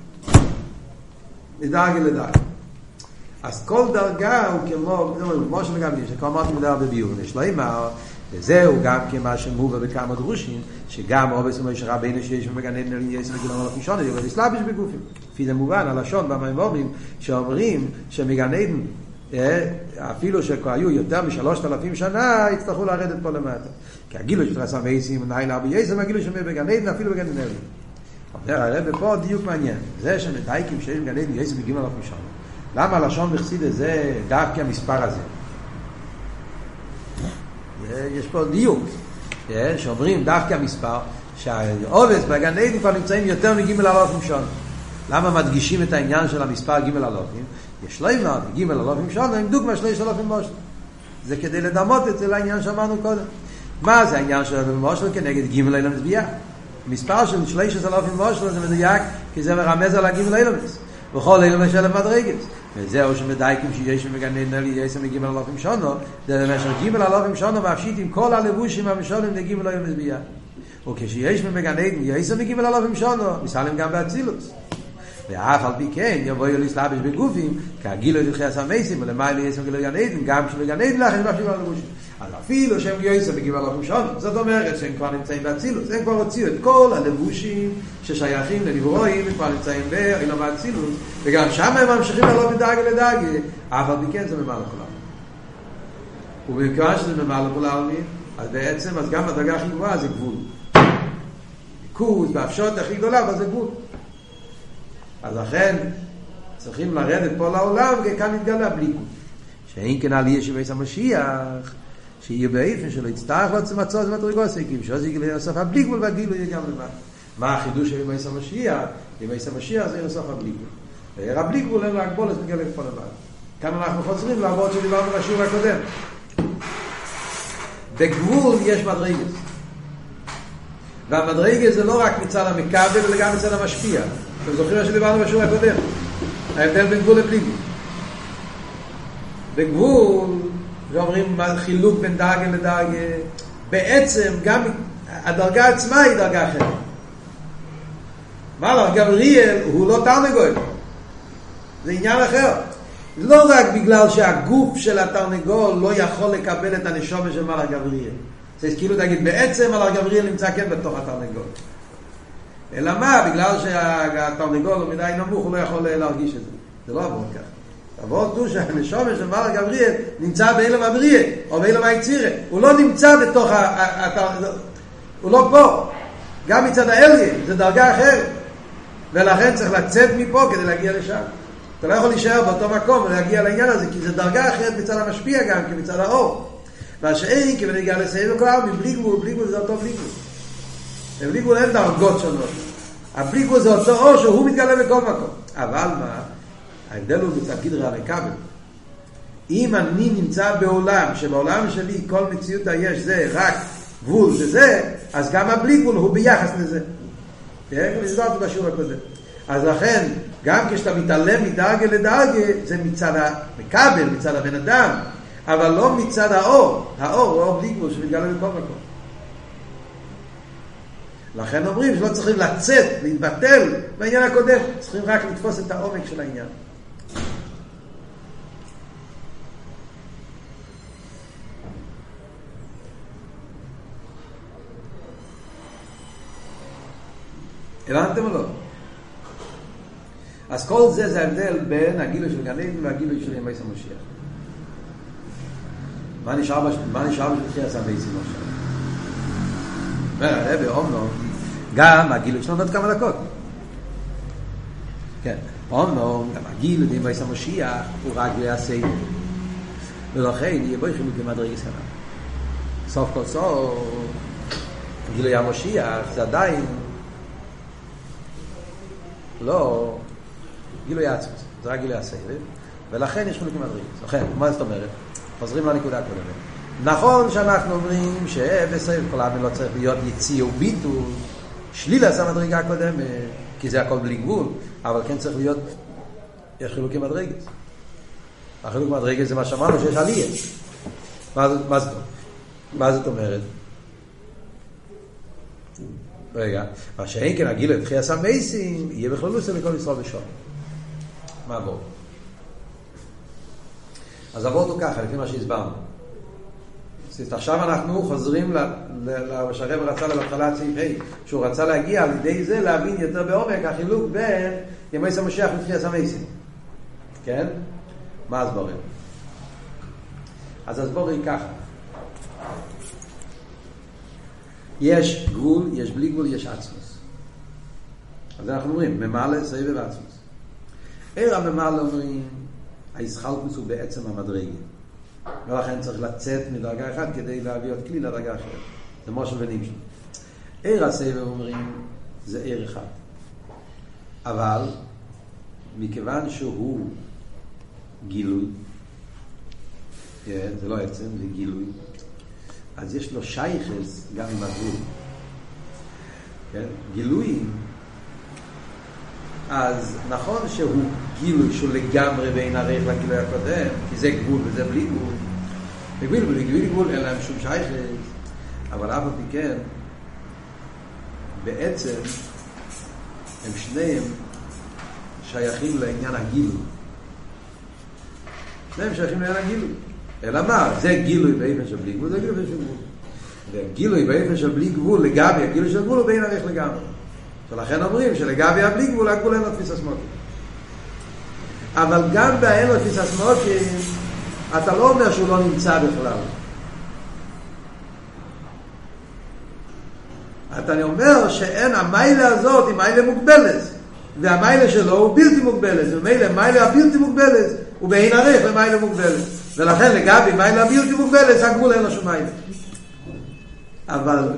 מדרגה לדרגה. אז כל דרגה הוא כמו, כמו שגם יש, כמו אמרתי מדבר בביור, יש לו אימר, וזהו גם כמה שמובא בכמה דרושים, שגם עובס ומשה רבינו שיש במגן עדן יש מגילון על הפישון, אבל יסלבש בגופים. לפי זה מובן, הלשון במיימורים, שאומרים שמגן עדן, אפילו שהיו יותר משלושת אלפים שנה, יצטרכו לרדת פה למטה. כי הגילו של רסם וייסים, נאילה בייסם, הגילו שמי בגן עדן, אפילו בגן עדן. אומר הרב פה דיוק מעניין, זה שמדייקים שיש בגן עדן ייסם מגיעים על הפישון. למה הלשון מחסיד את זה דווקא המספר הזה? יש פה דיוק, שאומרים דווקא המספר, שהעובס בגן עדן כבר נמצאים יותר מגימל אלפים שנה. למה מדגישים את העניין של המספר גימל אלפים? יש לא אימר, גימל אלפים שנה, עם דוגמה שליש אלפים מושל. זה כדי לדמות את זה לעניין שאמרנו קודם. מה זה העניין של אלפים מושל כנגד גימל אילם מזביע? מספר של שליש אלפים מושל זה מדויק, כי זה מרמז על הגימל אילם. וכל אילם יש אלף מדרגת. וזהו שמדייקים שיש מגן עדן יש מגימל אלפים שנה, זה למשל גימל אלפים שנה מאפשית עם כל הלבושים המשולים לגימל אילם מזביע. וכשיש מגן עדן יש מגימל אלפים שנה, מסלם גם באצילוס. ואף על פי כן יבואו להסלבש בגופים כהגילו של חייס המייסים ולמעלה יש מגילו גן עדן גם שבגן עדן לכם מאפשרים על הלבושים אז אפילו שהם גיוסים בגימל אלפים שנה זאת אומרת שהם כבר נמצאים באצילוס הם כבר הוציאו את כל הלבושים ששייכים לנברואים הם כבר נמצאים באילום האצילוס וגם שם הם ממשיכים לעלות מדרגה לדרגה אף על פי כן זה ממעלה כל העלמין ובמכיוון שזה ממעלה כל העלמין אז בעצם אז גם הדרגה הכי גבוהה זה גבול כוז בהפשוט הכי גדולה אבל זה גבול אז לכן צריכים לרדת פה לעולם כי כאן נתגלה בלי גבול שאין כן על ישי בייס המשיח שיהיה באיפן שלא יצטרך למצוא את מדרגות סיקים שזה יגיע לסוף הבלי גבול והגילו יהיה גם לבד מה החידוש של בייס המשיח? בייס המשיח זה יהיה לסוף הבלי גבול הבלי גבול אין להגבול אז מגלה פה לבד כאן אנחנו חוזרים לעבוד שדיברנו בשיעור הקודם בגבול יש מדרגת והמדרגת זה לא רק מצד המקבל אלא גם מצד המשפיע אתם זוכרים מה שדיברנו בשיעור הקודם ההבדל בין גבול לבלי גבול בגבול שאומרים חילוק בין דרגה לדרגה בעצם גם הדרגה עצמה היא דרגה אחרת מלאך גבריאל הוא לא תרנגול זה עניין אחר לא רק בגלל שהגוף של התרנגול לא יכול לקבל את הנשמה של מלאך גבריאל זה כאילו תגיד בעצם מלאך גבריאל נמצא כן בתוך התרנגול אלא מה? בגלל שהתרנגול הוא מדי נמוך הוא לא יכול להרגיש את זה זה לא עבוד כך עבוד הוא שהנשמה של מלאך גבריאל נמצא באילם הבריאה או באילם היצירה הוא לא נמצא בתוך התרנגול הוא לא פה גם מצד האליה זה דרגה אחרת ולכן צריך לצאת מפה כדי להגיע לשם אתה לא יכול להישאר באותו מקום ולהגיע לעניין הזה כי זה דרגה אחרת מצד המשפיע גם כי מצד האור והשאין כי בנגיע לסיים וכל העולם בלי גבול בלי גבול זה אותו בלי גבול בלי גבול אין דרגות שונות הבלי גבול זה אותו אור שהוא מתגלה בכל מקום אבל מה ההבדל הוא בצד גדרה המקבל אם אני נמצא בעולם שבעולם שלי כל מציאות היש זה רק גבול וזה אז גם הבלי גבול הוא ביחס לזה כן? נסדרת בשיעור הקודם אז לכן גם כשאתה מתעלם מדרגה לדרגה זה מצד המקבל מצד הבן אדם אבל לא מצד האור האור הוא האור בלי גבול שמתגלה בכל מקום לכן אומרים שלא צריכים לצאת להתבטל בעניין הקודם צריכים רק לתפוס את העומק של העניין הבנתם או לא? אז כל זה זה ההבדל בין הגילוי של גן עדן והגילוי של ימי המשיח. מה נשאר בתחיית המייסים עכשיו? אומר הרב אומנם, גם הגילוי שלנו עוד כמה דקות. כן, אומנם, גם הגילוי של ימי המשיח הוא רק לעשה. ולכן יהיה בו חילוק במדרגה סנא. סוף כל סוף, גילוי המשיח זה עדיין לא גילוי עצמוס, זה רק גילוי הסבב, ולכן יש חילוק במדרגה. לכן, מה זאת אומרת? חוזרים לנקודה הקודמת. נכון שאנחנו אומרים שבסבב כל העמים לא צריך להיות יציא וביטול, שלילה זה המדרגה הקודמת, כי זה הכל בלי גבול, אבל כן צריך להיות, יש חילוקי מדרגה. החילוק מדרגה זה מה שאמרנו שיש עלייה. מה, מה, זאת, מה זאת אומרת? רגע, מה שאין כן הגילוי בתחיית המייסים יהיה בכללות לכל ישראל בשום. מה בואו? אז עבורנו ככה, לפי מה שהסברנו. עכשיו אנחנו חוזרים שהרב רצה להתחלת סעיף ה' שהוא רצה להגיע על ידי זה להבין יותר בעומק החילוק בין ימי המשיח לתחיית המייסים. כן? מה הסברים? אז הסברים ככה. יש גבול, יש בלי גבול, יש עצמוס. אז אנחנו אומרים, ממלא, סבב ועצמוס. עיר הממלא אומרים, הישחלקוס הוא בעצם המדרגה. ולכן צריך לצאת מדרגה אחת כדי להביא עוד כלי לדרגה אחרת. זה מושל ונמשל. עיר הסבב אומרים, זה עיר אחד. אבל, מכיוון שהוא גילוי, זה לא עצם, זה גילוי, אז יש לו שייכס גם עם הגבול. כן? גילויים, אז נכון שהוא גילוי שהוא לגמרי בין ערך לגילוי הקודם, כי זה גבול וזה בלי גבול. בגביל ובגביל גבול אין להם שום שייכס, אבל אף הפי כן, בעצם הם שניהם שייכים לעניין הגילוי. שניהם שייכים לעניין הגילוי. אלא מה? זה גילוי באופן של בלי גבול, זה גילוי של גבול. וגילוי באופן של בלי גבול לגבי הגילוי של גבול הוא בין ערך לגמרי. ולכן אומרים שלגבי הבלי גבול הגבול אין לו תפיסה סמוקים. אבל גם באין לו תפיסה סמוקים אתה לא אומר שהוא לא נמצא בכלל. אתה אומר שאין המיילה הזאת היא מיילה מוגבלת, והמיילה שלו הוא בלתי מוגבלת, ומיילה מיילה הבלתי מוגבלת הוא בין ערך למיילה מוגבלת. ולכן לגבי מיילה בלתי מוגבלת הגבול אין לו שום מיילה. אבל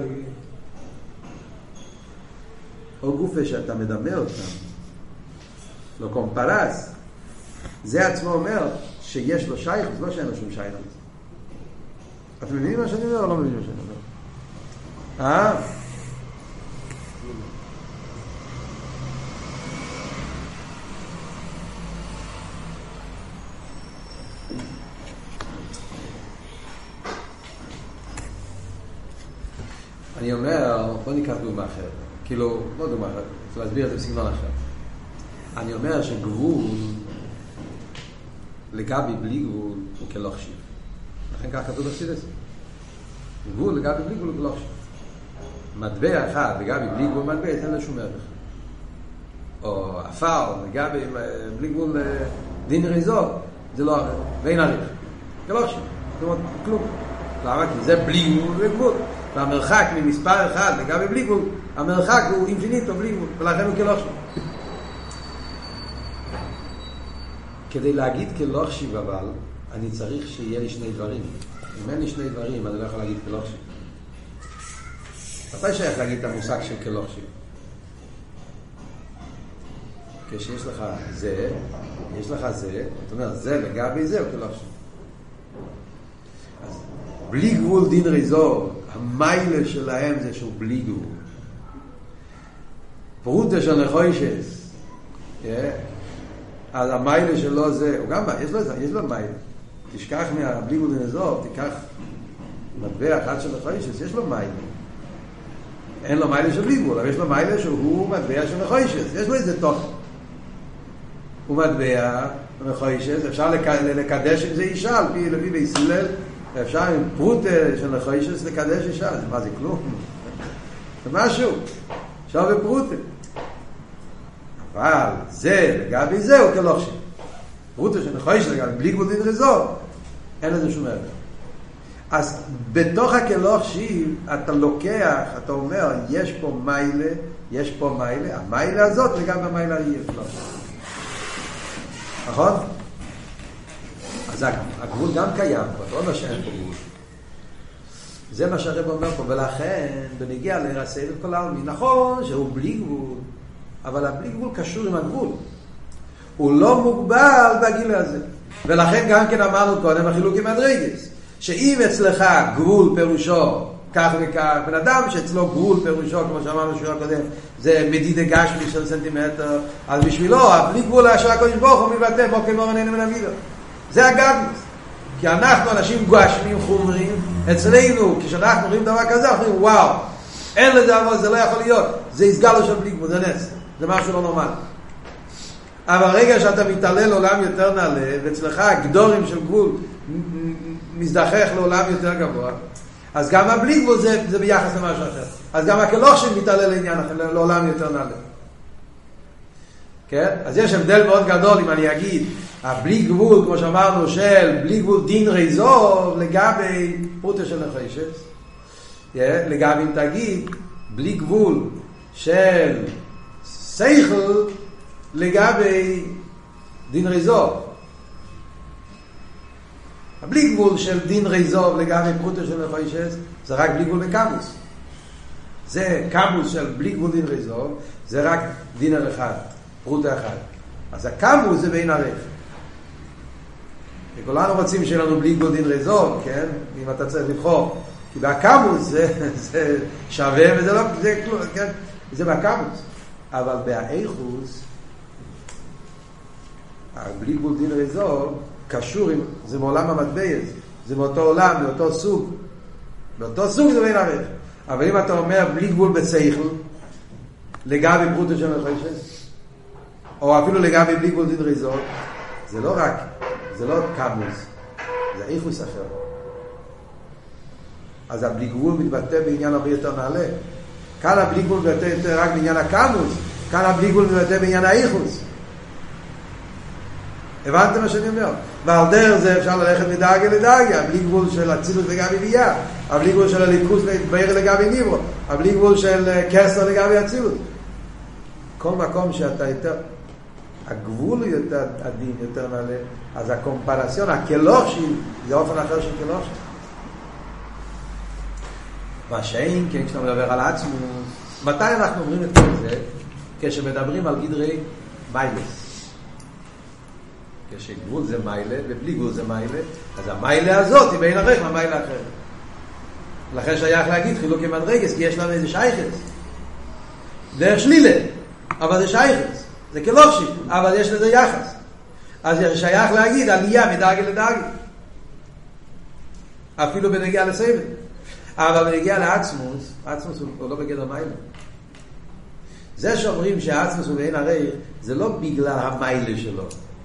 או גופה שאתה מדמה אותם לא קומפרס, זה עצמו אומר שיש לו שייך, זה לא שאין לו שום שייך. אתם מבינים מה שאני אומר או לא מבינים מה שאני אומר? אה? אני אומר, בוא ניקח דוגמה אחרת. כאילו, לא דוגמה אחרת, צריך להסביר את זה בסגנון עכשיו. אני אומר שגבול לגבי בלי גבול הוא כלא חשיב. לכן כך כתוב בחסידות. גבול לגבי בלי גבול הוא כלא חשיב. מטבע אחד לגבי בלי גבול מטבע אין לו שום ערך. או אפר לגבי בלי גבול דין ריזור, זה לא ערך, ואין ערך. כלא חשיב. זאת אומרת, כלום. למה? כי זה בלי גבול וגבול. והמרחק ממספר אחד לגבי בלי גבול, המרחק הוא אינפיניטו בלי גבול, ולכן הוא כלא חשיב. כדי להגיד כלא חשיב אבל, אני צריך שיהיה לי שני דברים. אם אין לי שני דברים, אני לא יכול להגיד כלא חשיב. מתי שייך להגיד את המושג של כלא חשיב? כשיש לך זה, יש לך זה, זאת אומרת, זה לגבי זה הוא כלא חשיב. אז בלי גבול דין ריזור, המיילה שלהם זה שהוא בלי גבול. פרוטה של נחוישס, אז המיילה שלו זה, הוא גם, יש לו, יש לו מיילה. תשכח מהבלי גבול דין ריזור, תיקח מטבע אחד של נחוישס, יש לו מיילה. אין לו מיילה של בלי גבול, אבל יש לו מיילה שהוא מטבע של נחוישס, יש לו איזה תוכן. הוא מטבע נחוישס, אפשר לקדש עם זה אישה, על פי לפי בישראל, אפשר עם פרוטה של נחוישס לקדש אישה, מה זה כלום? זה משהו, אפשר בפרוטה. אבל זה לגבי זה הוא כלוכשי. פרוטו שנחוש לגבי בלי גבול דין רזוב, אין לזה שום ערך. אז בתוך הכלוכשי אתה לוקח, אתה אומר, יש פה מיילה, יש פה מיילה, המיילה הזאת לגבי המיילה היא כלוכשי. נכון? אז הגבול גם קיים, לא אומר שאין פה גבול. זה מה שהרב אומר פה, ולכן בנגיע לרסי וכל העלמי, נכון שהוא בלי גבול, אבל הבלי גבול קשור עם הגבול. הוא לא מוגבל בגיל הזה. ולכן גם כן אמרנו קודם, החילוק עם מדרגס, שאם אצלך גבול פירושו כך וכך, בן אדם שאצלו גבול פירושו, כמו שאמרנו שיעור הקודם, זה מדידה גשמי של סנטימטר, אז בשבילו, הבלי גבול של הקדוש ברוך הוא מבטא, בו כמו רננו מן המידו. זה הגדלוס. כי אנחנו אנשים גשמים חומרים, אצלנו, כשאנחנו רואים דבר כזה, אנחנו אומרים, וואו, אין לזה אבל, זה לא יכול להיות. זה הסגלו של בלי גבול, זה נס. זה משהו לא נורמלי. אבל רגע שאתה מתעלה לעולם יותר נעלה, ואצלך הגדורים של גבול מזדחך לעולם יותר גבוה, אז גם הבלי גבול זה, זה ביחס למשהו אחר. אז גם הכלוכשי מתעלה לעניין אחר, לעולם יותר נעלה. כן? אז יש הבדל מאוד גדול אם אני אגיד, הבלי גבול, כמו שאמרנו, של בלי גבול דין רזוב, לגבי פרוטה של נחשת, לגבי אם תגיד, בלי גבול של שכל, לגבי דין רזוב. הבלי גבול של דין רזוב לגבי פרוטה של נחשת, זה רק בלי גבול בקמוס. זה קמוס של בלי גבול דין רזוב, זה רק דינר אחד, פרוטה אחד. אז הקמוס זה בין הרף. וכולנו רוצים שיהיה לנו בלי גבול דין רזוב, כן? אם אתה צריך לבחור. כי בהקמוס זה, זה שווה וזה לא, זה כלום, כן? זה בהקמוס. אבל באיכוס, בלי גבול דין רזוב, קשור עם, זה מעולם המטבע, זה מאותו עולם, מאותו סוג. באותו סוג זה בין הרף. אבל אם אתה אומר בלי גבול בשכל, לגבי פרוטה של נחשת, או אפילו לגבי בלי גבול דין רזוב, זה לא רק, זה לא קמוס, זה איכוס אחר. אז הבלי גבול מתבטא בעניין הרבה יותר נעלה. כאן הבלי גבול מתבטא יותר רק בעניין הקמוס, כאן הבלי גבול מתבטא בעניין האיכוס. הבנתם מה שאני אומר? ועל דרך זה אפשר ללכת מדרגה לדרגה, הבלי גבול של הצילות לגבי ביה, הבלי גבול של הליכוס להתבהר לגבי ניברו, הבלי גבול של כסר לגבי הצילות. כל מקום שאתה יותר, הגבול הוא יותר עדין, יותר נעלה, אז הקומפרציון, הכלוכשי, זה אופן אחר של כלוכשי. מה שאין, כן, כשאתה מדבר על עצמו, מתי אנחנו אומרים את כל זה? כשמדברים על גדרי מיילס. כשגבול זה מיילה, ובלי גבול זה מיילה, אז המיילה הזאת היא בין הרח מהמיילה אחרת. לכן שייך להגיד חילוק עם מדרגס, כי יש לנו איזה שייכס. דרך שלילה, אבל זה שייכס. זה כלוכשי, אבל יש לזה יחס. אז שייך להגיד עלייה מדרגה לדרגה. אפילו בנגיע לסבל. אבל בנגיע לעצמוס, עצמוס הוא לא בגדר מיילה. זה שאומרים שהעצמוס הוא בעין הרי, זה לא בגלל המיילה שלו.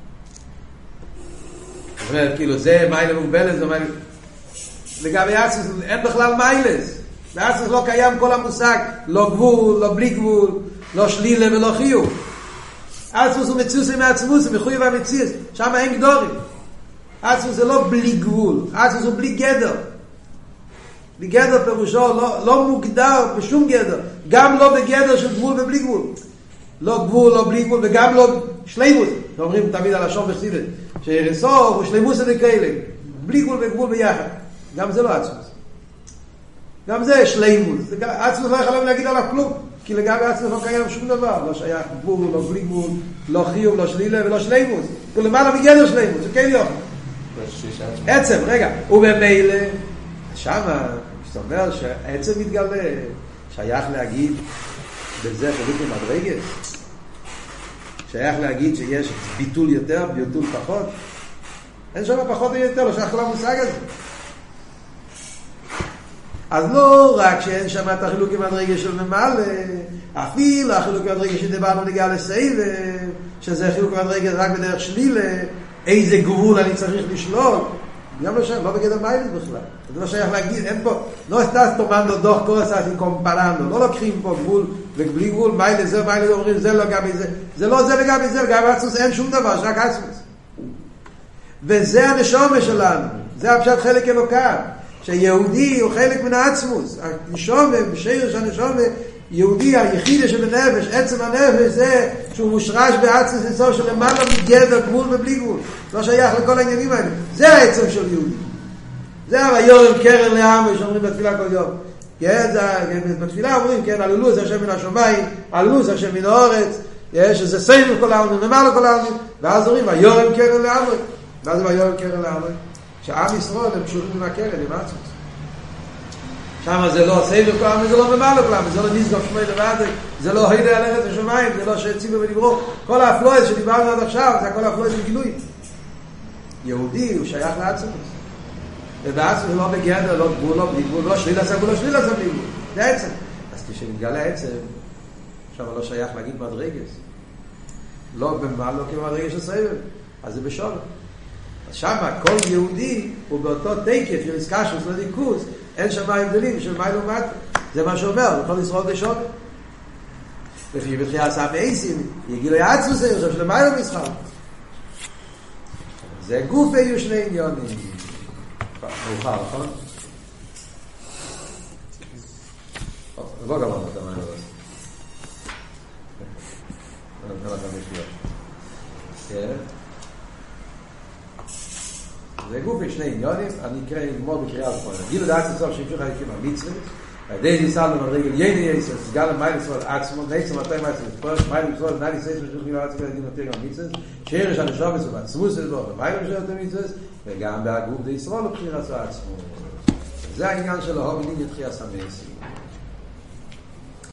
זאת אומרת, כאילו זה מיילה מוגבלת, זה מיילה... לגבי עצמוס אין בכלל מיילס. בעצמוס לא קיים כל המושג, לא גבול, לא בלי גבול, לא שלילה ולא חיוב. עצמוס הוא מציאוס עם העצמוס, הוא מחויב המציאוס, שם אין גדורים. עצמוס זה לא בלי גבול, עצמוס הוא בלי גדר. בלי גדר פירושו לא, לא מוגדר בשום גדר, גם לא בגדר של גבול ובלי גבול. לא גבול, לא בלי גבול, וגם לא שלימוס. אומרים תמיד על השום וחסידת, שרסוף הוא שלימוס וכאלה, בלי גבול וגבול ביחד. גם זה לא עצמוס. גם זה שלימוס. עצמוס לא יכולים להגיד עליו כלום. כי לגבי עצמוס לא קיים שום דבר, לא שייך גבול, לא בלי גבול, לא חיוב, לא שלילה ולא שלימוס. הוא למעלה מגדר שלימוס, זה כן יוכל. עצם, רגע, ובמילא, שמה, זאת אומרת שעצם מתגלה, שייך להגיד בזה חילוק עם מדרגס, שייך להגיד שיש ביטול יותר, ביטול פחות, אין שם פחות או יותר, לא שייך למושג הזה. אז לא רק שאין שם את החילוק עם מדרגס של ממלא, אפילו החילוק עם מדרגס שדיברנו נגיע לסייבה, שזה חילוק עם מדרגס רק בדרך שלילה, איזה גבול אני צריך לשלול, גם לא שם, לא בגדר מיילס בכלל. זה לא שייך להגיד, אין פה, לא estás tomando dos cosas y comparando, לא לוקחים פה גבול ובלי גבול, מה לזה, מה לזה, אומרים, זה לא לגבי זה, זה לא זה לגבי זה, לגבי עצמוס אין שום דבר, שרק עצמוס. וזה הנשמה שלנו, זה הפשט חלק אלוקה, שיהודי הוא חלק מן העצמוס, הנשמה, בשיר שהנשמה, יהודי היחיד שבנפש, עצם הנפש זה שהוא מושרש בעצמוס אינסוף של למעלה מגדר גבול ובלי גבול, לא שייך לכל העניינים האלה, זה העצם של יהודי. זה ויורם קרן לעם, שאומרים בתפילה כל יום. כן, זה, בתפילה אומרים, כן, הללו זה השם מן השמיים, הללו זה השם מן הארץ, יש איזה סיינו כל העמים, למעלה כל העמים, ואז אומרים, ויורם קרן לעם, ואז זה ויורם קרן לעם, שעם ישראל הם קשורים עם הקרן, עם עצמוס. שם זה לא סיינו כל העמים, זה לא למעלה כל העמים, זה לא נשגב שמי לבד, זה לא הידה הלכת לשמיים, זה לא שהציבו ודיברו, כל האפלואס שדיברנו עד עכשיו, זה הכל האפלואס בגילוי. יהודי הוא שייך לעצמוס. ובעצם הוא לא בגדר, לא גבול, לא בלי גבול, לא שליל עצם, לא שליל עצם בלי גבול. זה עצם. אז כשנתגלה עצם, עכשיו לא שייך להגיד מדרגס. לא במעל, לא כמדרגס של סבב. אז זה בשולם. אז שם כל יהודי הוא באותו תקף של עסקה של ליכוז, אין שם הבדלים של מי לעומת. זה מה שאומר, הוא יכול לשרוד בשולם. לפי בתחייה עשה מעשים, יגידו יעצו זה, עכשיו של מי לא משחק. זה גוף היו שני עניונים. מאוחר, נכון? לא גמרנו את המים הזה. אני נתן לכם בשביל. כן. זה גוף עם שני עניונים, אני אקרא ללמוד בקריאה הזאת. גילו דעת לסוף שהמשיך הליכים המצוות, הידי ניסה למדרגל יני יסר, סגל למייל ישראל עצמו, ניסה מתי מייל ישראל, פרש מייל ישראל, נאלי סייס משוך מילה עצמי לדין יותר גם מצוות, שירש הנשום מסוים, עצמוס אלבו, ומייל משוך יותר מצוות, וגם בהגוף די ישראל ובחיר עשו עצמו. זה העניין של ההובילים יתחי הסמסים.